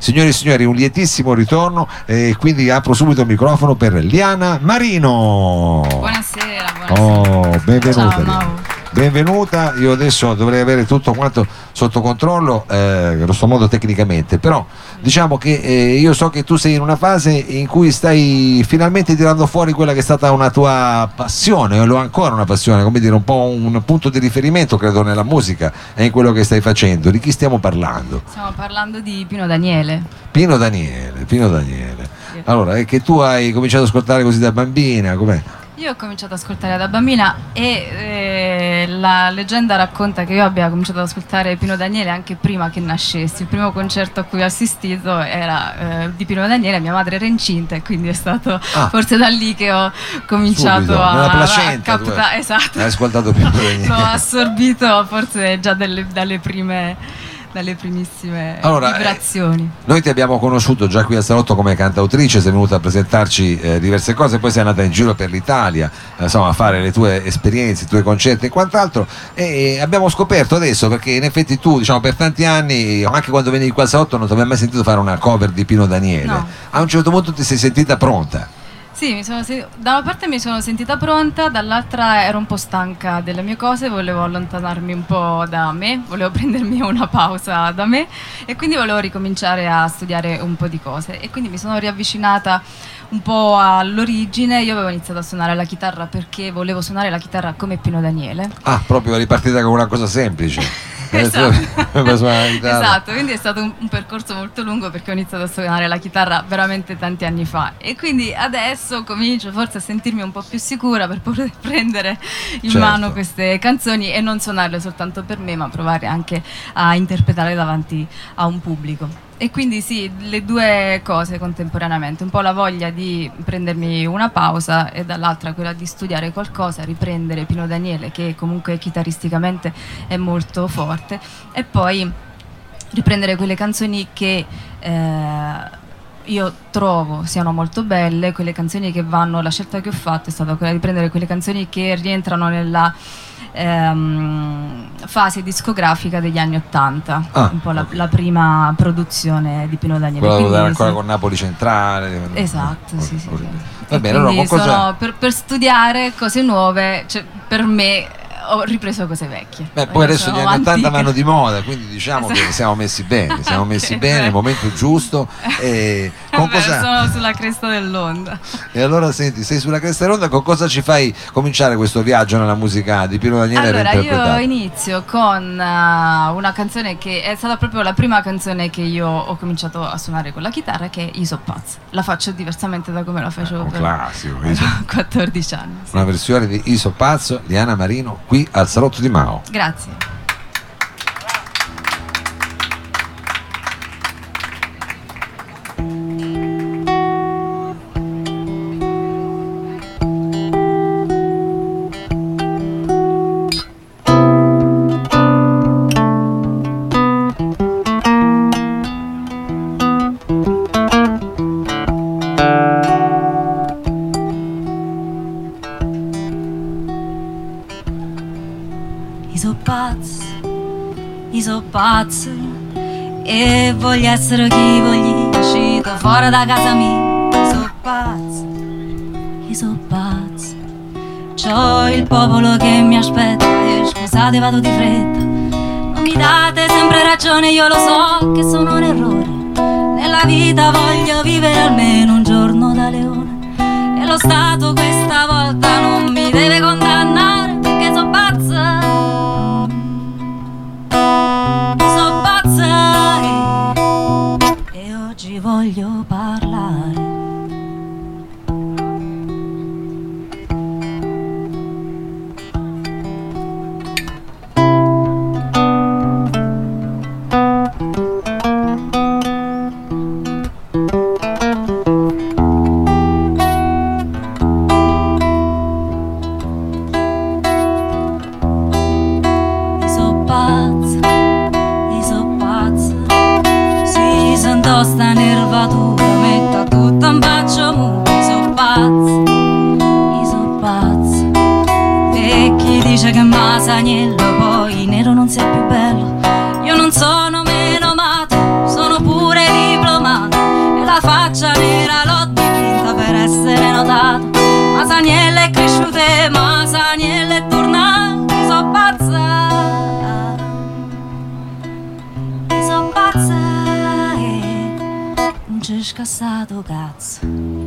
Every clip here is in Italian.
Signori e signori, un lietissimo ritorno e quindi apro subito il microfono per Liana Marino. Buonasera. Oh, benvenuta. Ciao, Mau. Benvenuta, io adesso dovrei avere tutto quanto sotto controllo, grosso modo tecnicamente, però diciamo che io so che tu sei in una fase in cui stai finalmente tirando fuori quella che è stata una tua passione, o lo è ancora una passione, come dire, un po' un punto di riferimento credo nella musica e in quello che stai facendo. Di chi stiamo parlando? Stiamo parlando di Pino Daniele. Pino Daniele. Allora, è che tu hai cominciato ad ascoltare così da bambina, com'è? Io ho cominciato ad ascoltare da bambina e la leggenda racconta che io abbia cominciato ad ascoltare Pino Daniele anche prima che nascessi. Il primo concerto a cui ho assistito era di Pino Daniele, mia madre era incinta e quindi è stato forse da lì che ho cominciato subito, nella placenta, a captare. Esatto. Hai ascoltato Pino Daniele. L'ho assorbito forse già dalle primissime vibrazioni. Noi ti abbiamo conosciuto già qui al salotto come cantautrice, sei venuta a presentarci diverse cose, poi sei andata in giro per l'Italia, insomma, a fare le tue esperienze, i tuoi concerti e quant'altro, e abbiamo scoperto adesso, perché in effetti tu, diciamo, per tanti anni, anche quando venivi qua al salotto, non ti avevi mai sentito fare una cover di Pino Daniele. No. A un certo punto ti sei sentita pronta. Sì, da una parte mi sono sentita pronta, dall'altra ero un po' stanca delle mie cose, volevo allontanarmi un po' da me, volevo prendermi una pausa da me e quindi volevo ricominciare a studiare un po' di cose e quindi mi sono riavvicinata un po' all'origine. Io avevo iniziato a suonare la chitarra perché volevo suonare la chitarra come Pino Daniele. Ah, proprio ripartita con una cosa semplice. Esatto, quindi è stato un percorso molto lungo perché ho iniziato a suonare la chitarra veramente tanti anni fa e quindi adesso comincio forse a sentirmi un po' più sicura per poter prendere in mano queste canzoni e non suonarle soltanto per me, ma provare anche a interpretarle davanti a un pubblico. E quindi sì, le due cose contemporaneamente, un po' la voglia di prendermi una pausa e dall'altra quella di studiare qualcosa, riprendere Pino Daniele che comunque chitarristicamente è molto forte e poi riprendere quelle canzoni che io trovo siano molto belle, quelle canzoni che vanno, la scelta che ho fatto è stata quella di prendere quelle canzoni che rientrano nella fase discografica degli anni '80, un po' la prima produzione di Pino Daniele. Quella dove era ancora con Napoli Centrale. Esatto, sì. Va bene, allora, per studiare cose nuove, cioè, per me ho ripreso cose vecchie. Beh, poi adesso gli anni '80 vanno di moda, quindi diciamo che siamo messi bene, il momento giusto. E sono sulla cresta dell'onda. E allora senti, sei sulla cresta dell'onda, con cosa ci fai cominciare questo viaggio nella musica di Pino Daniele? Allora, io inizio con una canzone che è stata proprio la prima canzone che io ho cominciato a suonare con la chitarra, che è Iso Pazz. La faccio diversamente da come la facevo un classico, 14 anni. Sì. Una versione di Iso Pazzo, Liana Marino, qui al salotto di Mao. Grazie. Io so pazzo e voglio essere chi voglio, uscito fuori da casa mia. Io so pazzo, c'ho il popolo che mi aspetta e scusate vado di fretta. Non mi date sempre ragione, io lo so che sono un errore. Nella vita voglio vivere almeno un giorno da leone e lo Stato questa volta non mi deve condannare perché so pazza. Voglio parlare. Sta nervatura metta tutto un bacio mu. Io so pazzo e chi dice che Masaniello poi nero non sia più bello. Io non sono meno amato, sono pure diplomato. non c'è scassato cazzo.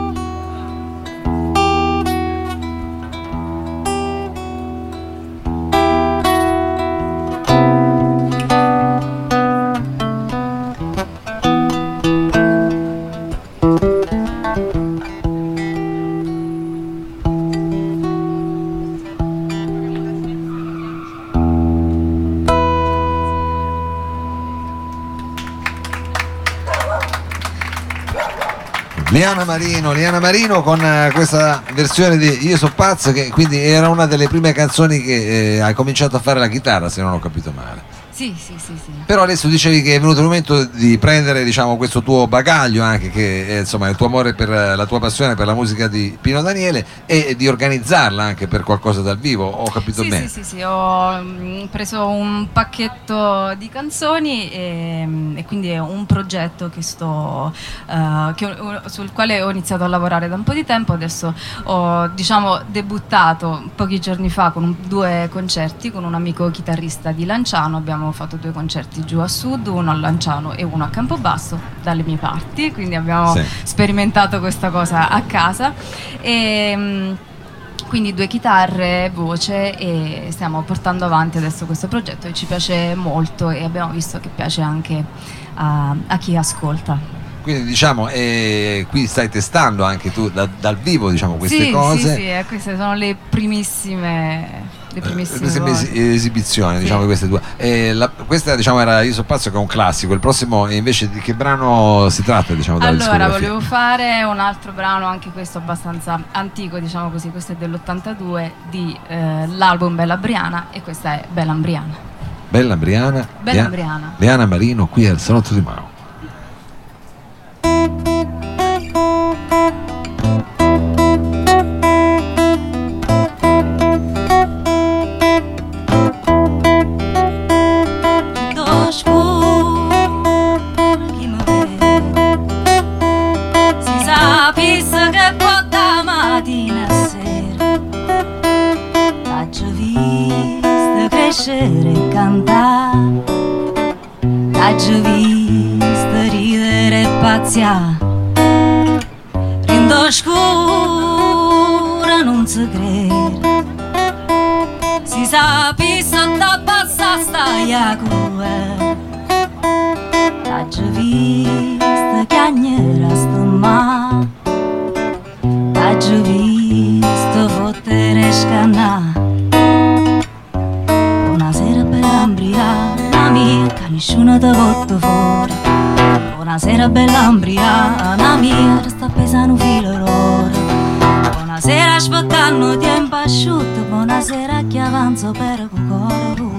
Liana Marino con questa versione di Io so pazzo, che quindi era una delle prime canzoni che hai cominciato a fare la chitarra, se non ho capito male. Sì. Però adesso dicevi che è venuto il momento di prendere, diciamo, questo tuo bagaglio anche, che è, insomma, il tuo amore per la tua passione per la musica di Pino Daniele, e di organizzarla anche per qualcosa dal vivo, ho capito bene? Sì, ho preso un pacchetto di canzoni e quindi è un progetto che sul quale ho iniziato a lavorare da un po' di tempo. Adesso ho, diciamo, debuttato pochi giorni fa con 2 concerti con un amico chitarrista di Lanciano. Abbiamo fatto 2 concerti giù a sud, uno a Lanciano e uno a Campobasso dalle mie parti, quindi abbiamo sperimentato questa cosa a casa e quindi 2 chitarre, voce, e stiamo portando avanti adesso questo progetto e ci piace molto e abbiamo visto che piace anche a chi ascolta. Quindi diciamo qui stai testando anche tu dal vivo, diciamo, queste cose. Sì, queste sono le primissime esibizioni, diciamo, queste 2. Questa, diciamo, era Io so pazzo, che è un classico. Il prossimo invece di che brano si tratta, diciamo, allora volevo fare un altro brano, anche questo abbastanza antico, diciamo così. Questo è dell'82 di l'album Bella Briana, e questa è Bella Ambriana. Bella Ambriana. Liana Marino qui al Salotto di Mao. E cantare, t'ho visto ridere e pazziare, rindo scura non si crede, si sa sotto bassa stai a cuore, t'ho visto chiagnere sto mare, t'ho visto fottere scannare. Ambriana mia, che nessuno ti porta fuori. Buonasera bella ambriana mia, sta pesando un filo d'oro. Buonasera aspettando tempo asciutto, buonasera che avanzo per il cuore rotto.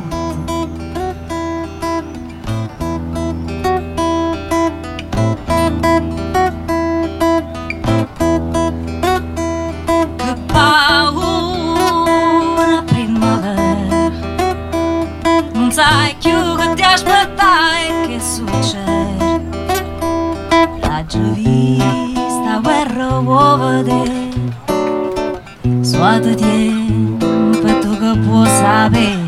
Che paura primavera, non sai più che ti aspettai e che succede. L'ho vista guerra vuoi vedere, suoto tempo tu che puoi sapere.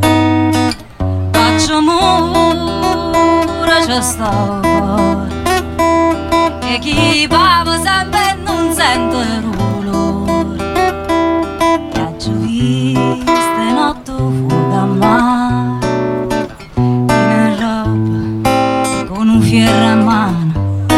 Faccio mura c'è sto cuore, e chi va sempre non sente il dolore. L'ho vista notte fuoco a mare, fierro a mano.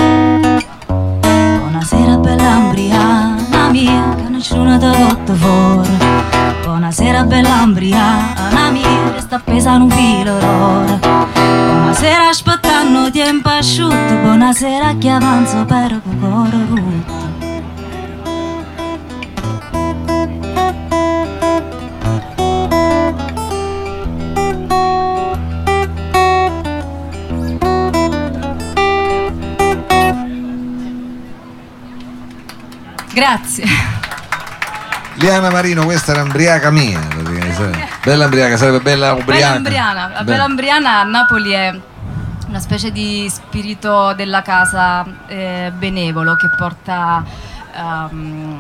Buonasera bella ambriana mia, che nessuno ti porta fuori. Buonasera bella ambriana mia, che sta pesando un filo d'oro. Buonasera aspettando tempo asciutto, buonasera che avanzo per il cuore rotto. Grazie. Liana Marino, questa era Ambriaca mia. Bella ambriaca, sarebbe bella ubriaca. Bella Ambriana a Napoli è una specie di spirito della casa benevolo che porta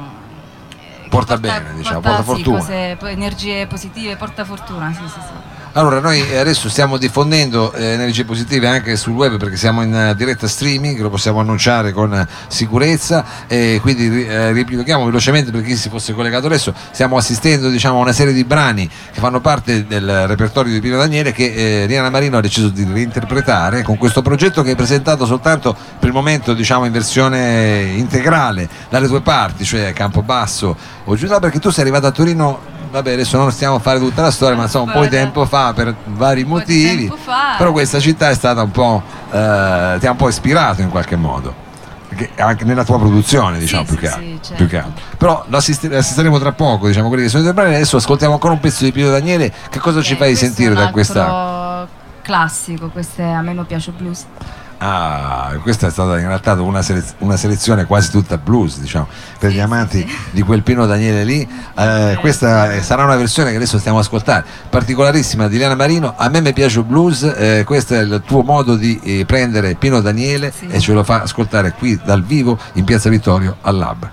bene, diciamo, porta fortuna. Cose, energie positive, porta fortuna, sì. Allora, noi adesso stiamo diffondendo energie positive anche sul web, perché siamo in diretta streaming, lo possiamo annunciare con sicurezza, e quindi ripieghiamo velocemente per chi si fosse collegato adesso. Stiamo assistendo, diciamo, a una serie di brani che fanno parte del repertorio di Pino Daniele, che Liana Marino ha deciso di reinterpretare con questo progetto che è presentato soltanto per il momento, diciamo, in versione integrale dalle tue parti, cioè Campobasso o Giuda, perché tu sei arrivato a Torino. Vabbè, adesso non stiamo a fare tutta la storia, ma insomma un po' di tempo fa, per vari motivi, però questa città è stata un po' ti ha un po' ispirato in qualche modo, anche nella tua produzione, diciamo, più che altro. Però lo assisteremo tra poco, diciamo, quelli che sono i tuoi brani. Adesso ascoltiamo ancora un pezzo di Pino Daniele. Che cosa ci fai sentire da questa? Classico, questo è A me non piace blues. Ah, questa è stata in realtà una selezione quasi tutta blues, diciamo, per gli amanti di quel Pino Daniele lì. Questa sarà una versione che adesso stiamo a ascoltare, particolarissima, di Liana Marino. A me piace il blues, questo è il tuo modo di prendere Pino Daniele, e ce lo fa ascoltare qui dal vivo in Piazza Vittorio al Lab.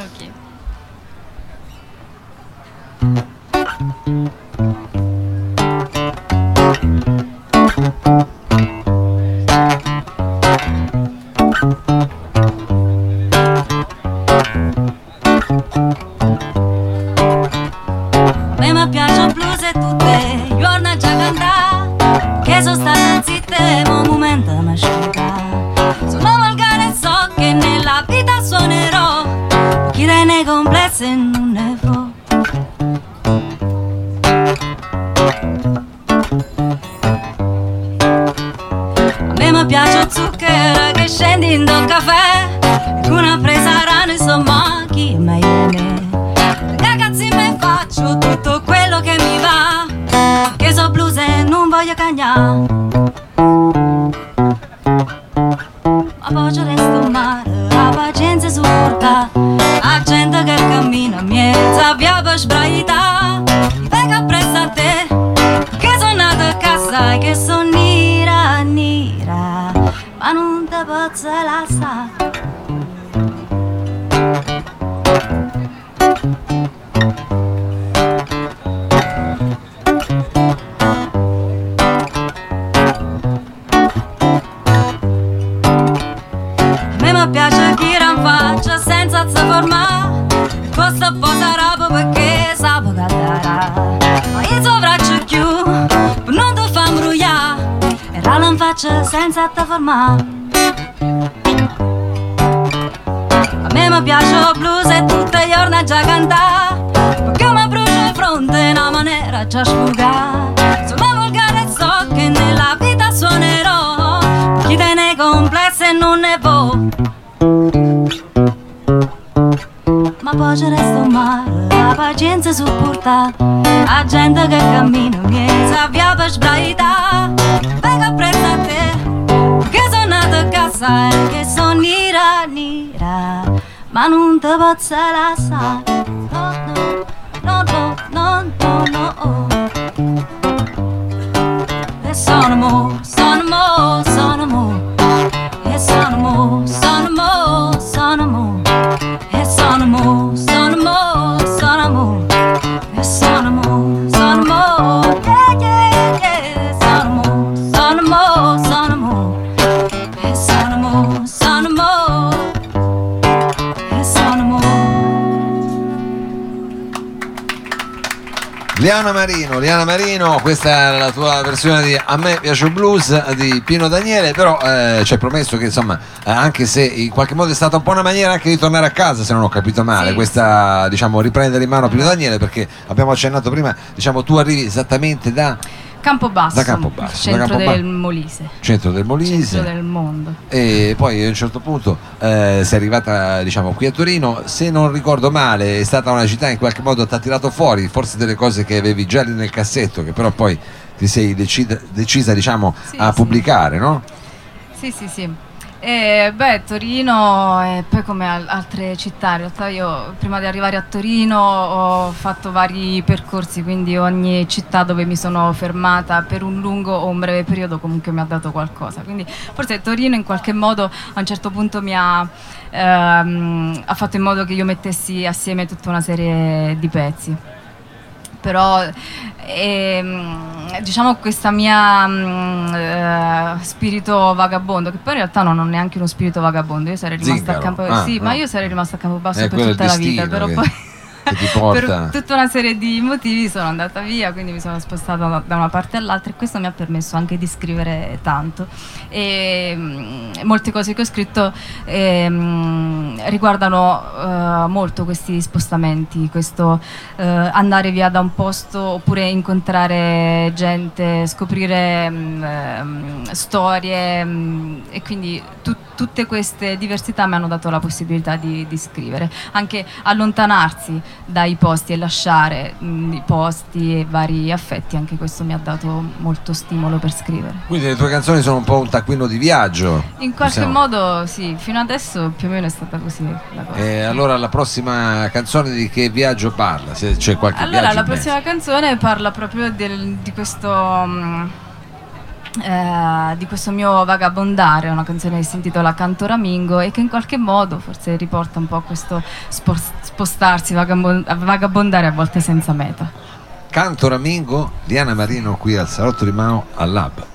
Senza te formare. A me mi piace il blues e tutti i giorni già cantare, perché mi brucia in fronte una maniera già sfugare. Sono volgare e so che nella vita suonerò, chi te ne complesse non ne può. Ma poi ci resta un mare, la pazienza supporta, la gente che cammina mi sa via per sbraitare. Venga presto a te, che sono nata a casa e che sono nera, ma non te posso lasciare. No, no, no, no, no, no. E sono mo, sono mo, sono mo. E sono mo, sono mo, sono mo. E sono mo, sono mo, sono mo. E sono mo, sono mo, yeah, yeah, yeah. Sono mo, sono mo, sono mo. E sono mo, sono mo. E sono mo. Liana Marino, questa è la tua versione di A me piace il blues di Pino Daniele, però ci hai promesso che, insomma, anche se in qualche modo è stata un po' una maniera anche di tornare a casa, se non ho capito male, questa, diciamo, riprendere in mano Pino Daniele, perché abbiamo accennato prima, diciamo, tu arrivi esattamente da Campobasso, centro del Molise, centro del mondo, e poi a un certo punto sei arrivata, diciamo, qui a Torino. Se non ricordo male, è stata una città in qualche modo ti ha tirato fuori forse delle cose che avevi già lì nel cassetto, che però poi ti sei decisa, diciamo, a pubblicare, no? Sì. Torino, e poi come altre città, in realtà io prima di arrivare a Torino ho fatto vari percorsi, quindi ogni città dove mi sono fermata per un lungo o un breve periodo comunque mi ha dato qualcosa, quindi forse Torino in qualche modo a un certo punto mi ha fatto in modo che io mettessi assieme tutta una serie di pezzi. però diciamo questa mia spirito vagabondo, che poi in realtà non ho neanche uno spirito vagabondo, io sarei rimasta a Campobasso, sì, no. Ma io sarei rimasta a Campobasso per tutta la vita, però poi che ti porta. Per tutta una serie di motivi sono andata via, quindi mi sono spostata da una parte all'altra, e questo mi ha permesso anche di scrivere tanto. E molte cose che ho scritto riguardano molto questi spostamenti, questo andare via da un posto oppure incontrare gente, scoprire storie, e quindi tutte queste diversità mi hanno dato la possibilità di scrivere, anche allontanarsi dai posti e lasciare i posti e vari affetti, anche questo mi ha dato molto stimolo per scrivere. Quindi le tue canzoni sono un po' un taccuino di viaggio? In qualche modo sì, fino adesso più o meno è stata così la cosa. E allora la prossima canzone di che viaggio parla? Se c'è qualche viaggio? Allora la prossima canzone parla proprio di questo mio vagabondare, una canzone che si intitola Canto Ramingo e che in qualche modo forse riporta un po' a questo spostarsi, vagabondare a volte senza meta. Canto Ramingo, Liana Marino qui al Salotto di Mao al Lab.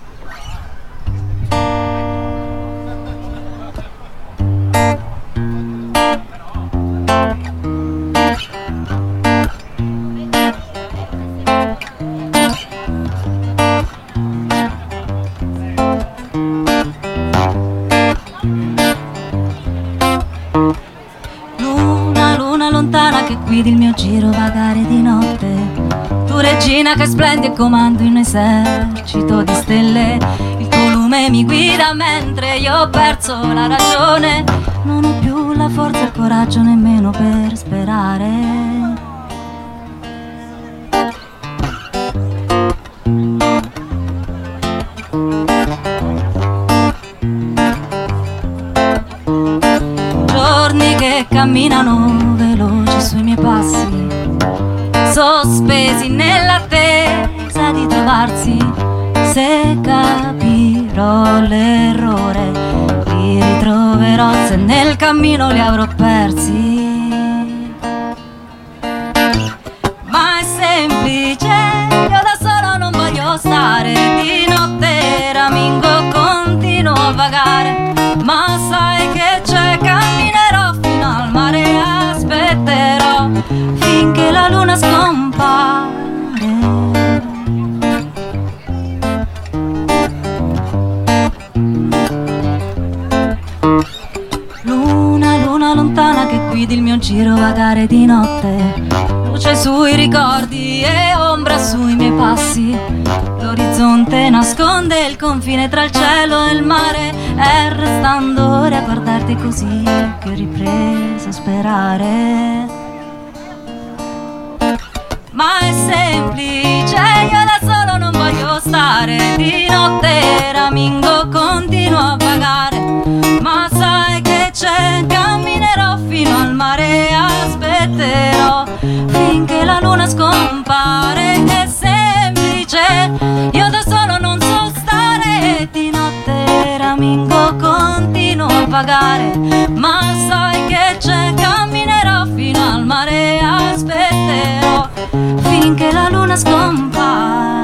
Guidi il mio giro vagare di notte, tu regina che splendi e comando in un esercito di stelle. Il tuo lume mi guida mentre io ho perso la ragione, non ho più la forza e il coraggio nemmeno per sperare. Giorni che camminano veloci sui miei passi, sospesi nell'attesa di trovarsi. Se capirò l'errore, li ritroverò, se nel cammino li avrò persi. Ma è semplice, io da solo non voglio stare, di notte ramingo, continuo a vagare. Ma sai che c'è, camminerò fino al mare, aspetterò finché la luna scompare. Luna, luna lontana che guidi il mio giro vagare di notte, luce sui ricordi e ombra sui miei passi. L'orizzonte nasconde il confine tra il cielo e il mare, e restando ore a guardarti così che ho ripreso a sperare. Ma è semplice, io da solo non voglio stare, di notte ramingo, continuo a vagare. Ma sai che c'è, camminerò fino al mare, aspetterò finché la luna scompare. È semplice, io da solo non so stare, di notte ramingo, continuo a vagare. Ma sai che c'è, camminerò fino al mare, aspetterò finché la luna scompare.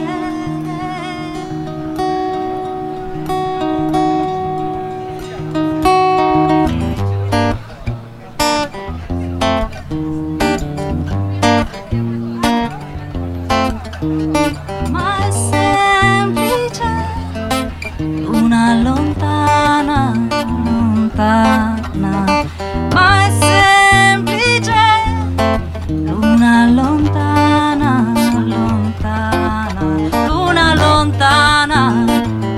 Ma è semplice, luna lontana, lontana. Ma è semplice, luna lontana, lontana. Luna lontana,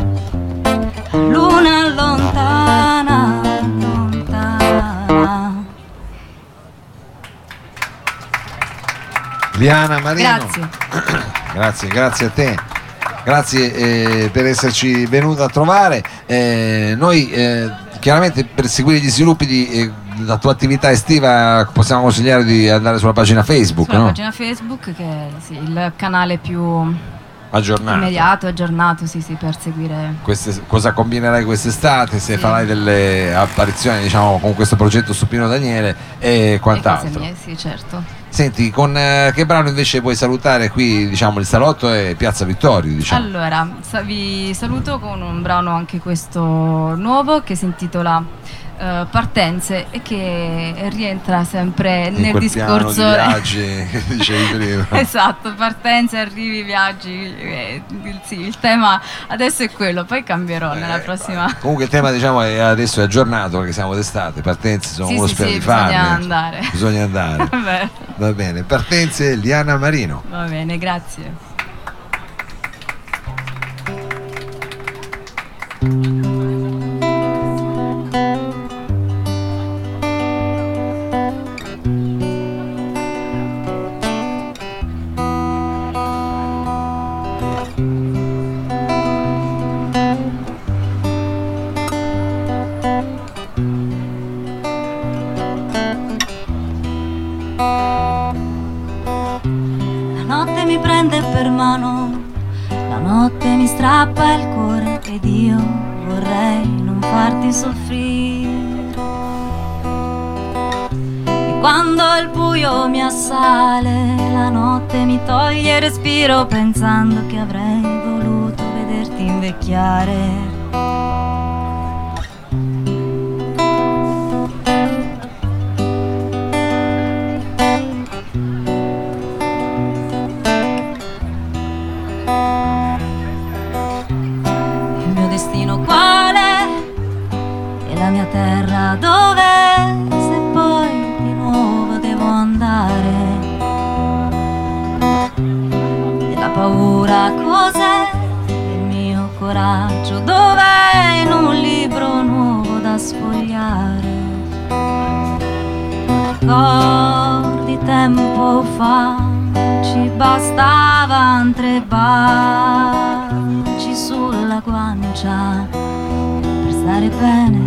luna lontana, lontana. Liana Marino. Grazie. Grazie a te. Grazie per esserci venuta a trovare. Noi chiaramente per seguire gli sviluppi della tua attività estiva possiamo consigliare di andare sulla pagina Facebook. Sulla no? pagina Facebook, che è il canale più immediato, aggiornato, sì, per seguire cosa combinerai quest'estate, se farai delle apparizioni, diciamo, con questo progetto su Pino Daniele e quant'altro. Cose mie, sì, certo. Senti, con che brano invece puoi salutare qui, diciamo, il salotto e Piazza Vittorio, diciamo? Allora, vi saluto con un brano anche questo nuovo che si intitola Partenze e che rientra sempre in nel quel discorso piano di viaggi che dicevi prima. Esatto, partenze, arrivi, viaggi, sì, il tema adesso è quello, poi cambierò nella prossima. Comunque il tema, diciamo, adesso è aggiornato perché siamo d'estate, partenze sono uno sperdifarne, bisogna andare. Va bene, partenze, Liana Marino. Va bene, grazie. Mi prende per mano, la notte mi strappa il cuore ed io vorrei non farti soffrire. E quando il buio mi assale, la notte mi toglie il respiro pensando che avrei voluto vederti invecchiare. La mia terra dov'è, se poi di nuovo devo andare? E la paura cos'è? Il mio coraggio dov'è? In un libro nuovo da sfogliare. Ricordi tempo fa, ci bastavano 3 baci sulla guancia per stare bene,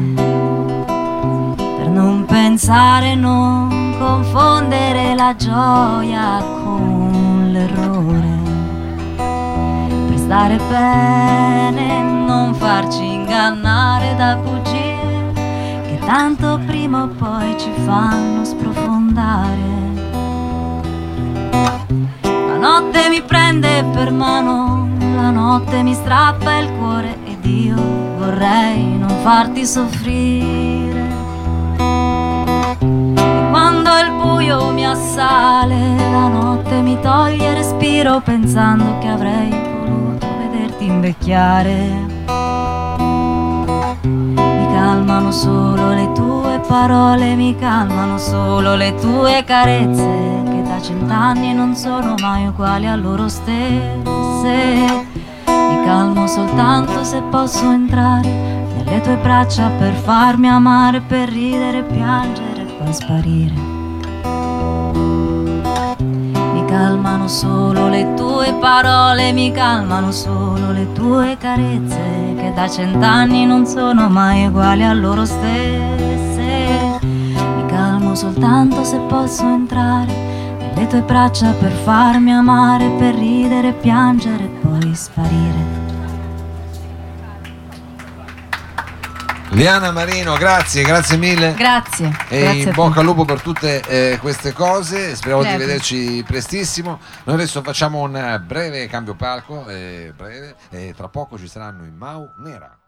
non pensare, non confondere la gioia con l'errore, per stare bene, non farci ingannare da bugie che tanto prima o poi ci fanno sprofondare. La notte mi prende per mano, la notte mi strappa il cuore ed io vorrei non farti soffrire. Quando il buio mi assale, la notte mi toglie respiro pensando che avrei voluto vederti invecchiare. Mi calmano solo le tue parole, mi calmano solo le tue carezze che da 100 anni non sono mai uguali a loro stesse. Mi calmo soltanto se posso entrare nelle tue braccia per farmi amare, per ridere, piangere, poi sparire. Mi calmano solo le tue parole, mi calmano solo le tue carezze che da 100 anni non sono mai uguali a loro stesse. Mi calmo soltanto se posso entrare nelle tue braccia per farmi amare, per ridere, piangere, poi sparire. Liana Marino, grazie mille. Grazie. E grazie in bocca al lupo per tutte queste cose. Speriamo di vederci prestissimo. Noi adesso facciamo un breve cambio palco, e tra poco ci saranno i Mau Nera.